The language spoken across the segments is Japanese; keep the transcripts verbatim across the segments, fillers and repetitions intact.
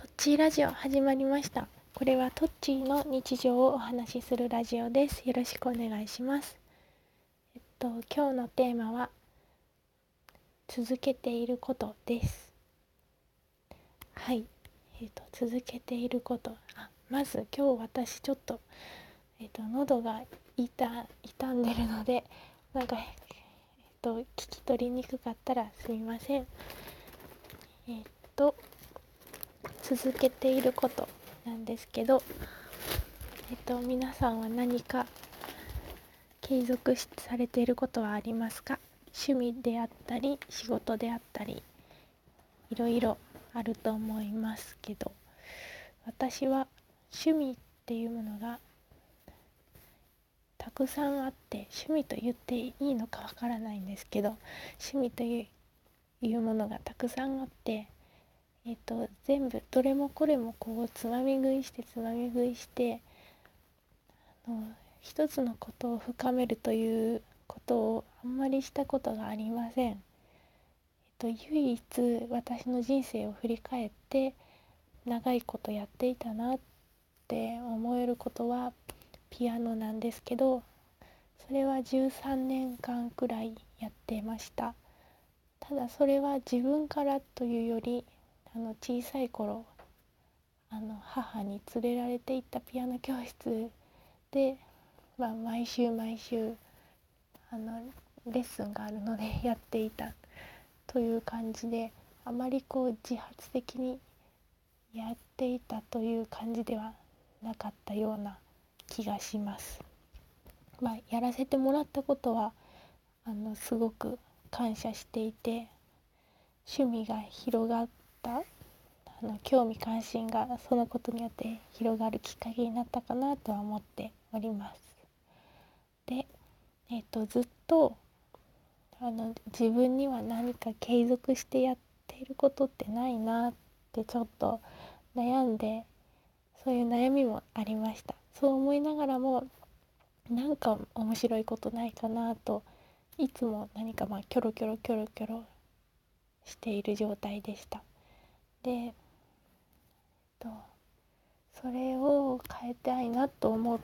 トッチーラジオ始まりました。これはトッチーの日常をお話しするラジオです。よろしくお願いします。えっと今日のテーマは続けていることです。はい、えっと続けていること。あ、まず今日私ちょっとえっと喉が痛傷んでるので、なんかえっと聞き取りにくかったらすみません。えっと続けていることなんですけど、えっと皆さんは何か継続されていることはありますか？趣味であったり仕事であったりいろいろあると思いますけど、私は趣味っていうものがたくさんあって、趣味と言っていいのかわからないんですけど、趣味というものがたくさんあって、えっと全部どれもこれもこうつまみ食いしてつまみ食いしてあの一つのことを深めるということをあんまりしたことがありません。えっと、唯一私の人生を振り返って長いことやっていたなって思えることはピアノなんですけど、それはじゅうさんねんかんくらいやってました。ただそれは自分からというより、あの小さい頃あの母に連れられて行ったピアノ教室で、まあ、毎週毎週あのレッスンがあるのでやっていたという感じで、あまりこう自発的にやっていたという感じではなかったような気がします。まあ、やらせてもらったことはあのすごく感謝していて、趣味が広がった、あの興味関心がそのことによって広がるきっかけになったかなとは思っております。で、えっとずっとあの自分には何か継続してやっていることってないなってちょっと悩んで、そういう悩みもありました。そう思いながらも、なんか面白いことないかなといつも何かまあキョロキョロキョロキョロしている状態でした。で、えっと、それを変えたいなと思って、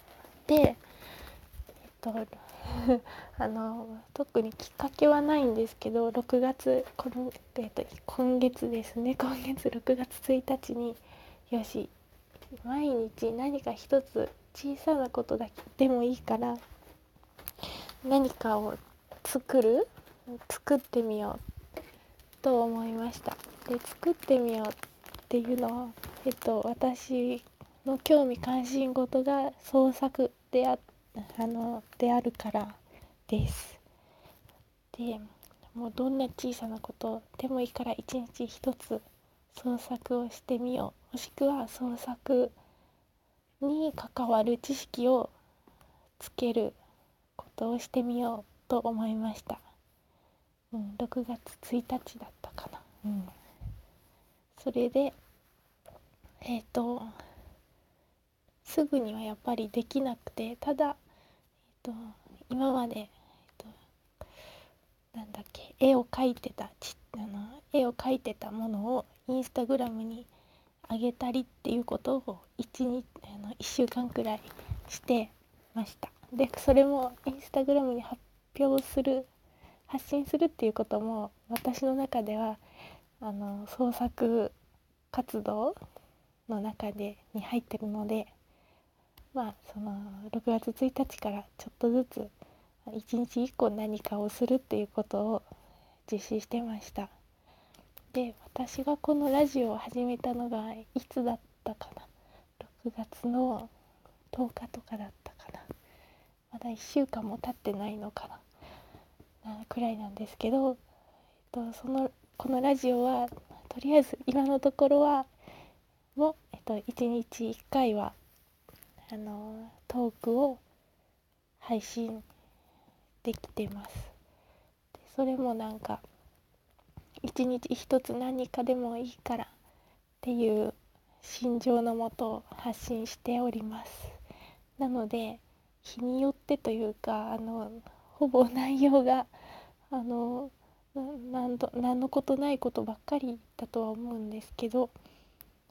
えっとあの特にきっかけはないんですけど、ろくがつこの、えっと、今月ですね今月ろくがつついたちに、よし毎日何か一つ小さなことだけでもいいから何かを作る作ってみようと思いました。で、作ってみようっていうのは、えっと私の興味関心事が創作でああのであるからです。で、もうどんな小さなことでもいいから一日一つ創作をしてみよう、もしくは創作に関わる知識をつけることをしてみようと思いました。うん、ろくがつついたちだったかな。うん、それでえっ、とすぐにはやっぱりできなくて、ただ、えっと、今まで、えっと、なんだっけ絵を描いてたちあの絵を描いてたものをインスタグラムに上げたりっていうことをいちにちあのいっしゅうかんくらいしてました。で、それもインスタグラムに発表する発信するっていうことも私の中ではあの創作活動の中でに入ってるので、まあそのろくがつついたちからちょっとずついちにちいっこ何かをするっていうことを実施してました。で、私がこのラジオを始めたのがいつだったかな、ろくがつのとおかとかだったかな、まだいっしゅうかんも経ってないのかなくらいなんですけど、えっと、そのこのラジオはとりあえず今のところはもう、えっと、いちにちいっかいはあのトークを配信できてます。で、それもなんか一日一つ何かでもいいからっていう心情のもと発信しております。なので日によってというか、あのほぼ内容があの何ど何のことないことばっかりだとは思うんですけど、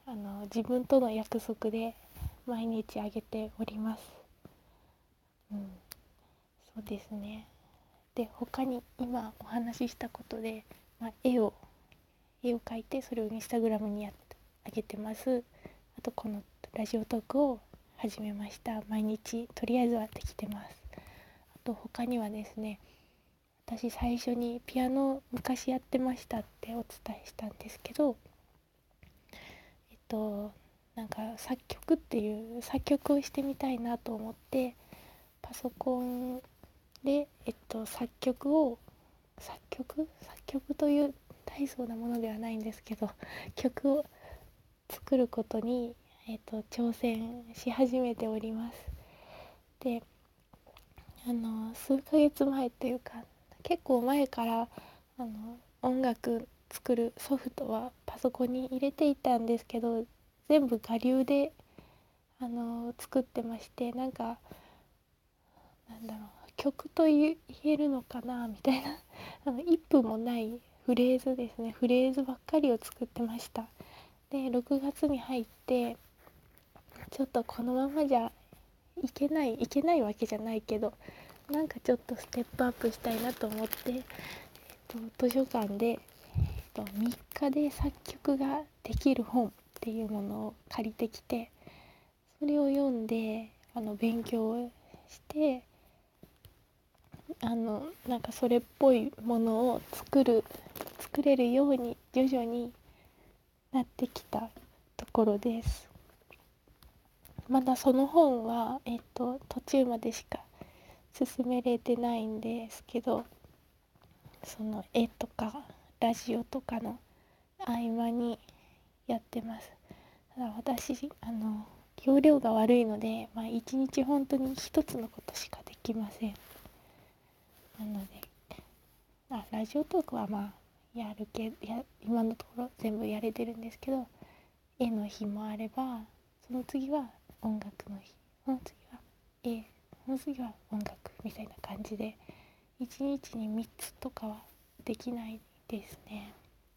あの自分との約束で毎日あげております。うん、そうですね。で他に今お話ししたことで、まあ、絵を絵を描いてそれをインスタグラムにやってあげてます。あとこのラジオトークを始めました。毎日とりあえずはできてます。あと他にはですね、私最初にピアノ昔やってましたってお伝えしたんですけど、えっとなんか作曲っていう作曲をしてみたいなと思ってパソコンで、えっと、作曲を作曲作曲という大層なものではないんですけど曲を作ることに、えっと、挑戦し始めております。であの数ヶ月前というか結構前からあの音楽作るソフトはパソコンに入れていたんですけど全部我流であの作ってまして、なんかなんだろう曲と言えるのかなみたいなあの一分もないフレーズですねフレーズばっかりを作ってました。でろくがつに入ってちょっとこのままじゃいけないいけないわけじゃないけどなんかちょっとステップアップしたいなと思って、えっと、図書館で、えっと、みっかで作曲ができる本っていうものを借りてきてそれを読んであの勉強をしてあのなんかそれっぽいものを作る作れるように徐々になってきたところです。まだその本は、えっと、途中までしか進めれてないんですけど、その絵とかラジオとかの合間にやってます。ただ私あの容量が悪いので、まあ、いちにち本当に一つのことしかできません。なのであラジオトークはまあやるけや今のところ全部やれてるんですけど、絵の日もあればその次は音楽の日、その次は絵、その次は音楽みたいな感じでいちにちにみっつとかはできないですね。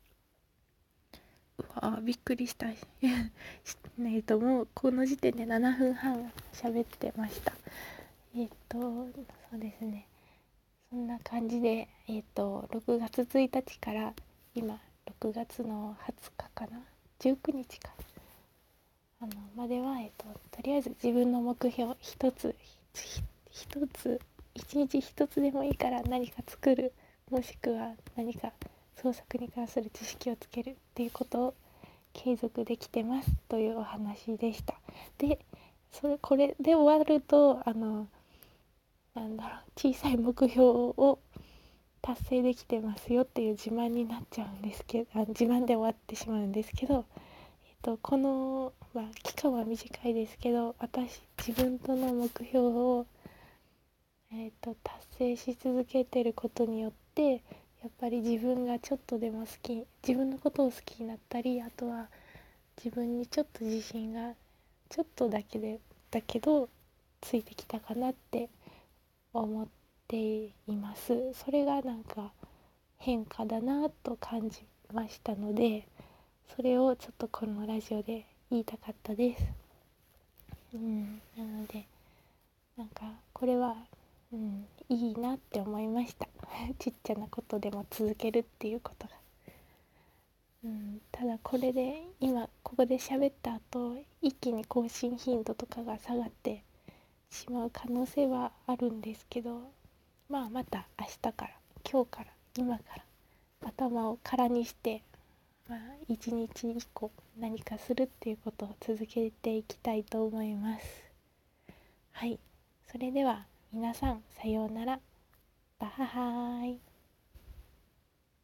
うわびっくりしたえっともうこの時点でななふんはん喋ってました。えっとそうですね、そんな感じで、えっとろくがつついたちから今ろくがつのはつかかなじゅうくにちかあのまでは、えっと、とりあえず自分の目標一つ一つ一日一つでもいいから何か作る、もしくは何か創作に関する知識をつけるっていうことを継続できてますというお話でした。でそれこれで終わるとあのなんだろう小さい目標を達成できてますよっていう自慢になっちゃうんですけど、あ自慢で終わってしまうんですけど、えっと、この、まあ、期間は短いですけど私自分との目標を、えっと、達成し続けてることによってやっぱり自分がちょっとでも好き自分のことを好きになったり、あとは自分にちょっと自信がちょっとだけでだけどついてきたかなって思っています。それがなんか変化だなと感じましたので、それをちょっとこのラジオで言いたかったです。うん、なのでなんかこれは、うん、いいなって思いましたちっちゃなことでも続けるっていうことが、うん、ただこれで今ここで喋った後一気に更新頻度とかが下がってしまう可能性はあるんですけど、まあまた明日から今日から今から頭を空にして、まあ、一日一個何かするっていうことを続けていきたいと思います。はい、それでは皆さんさようなら。バハハーイ。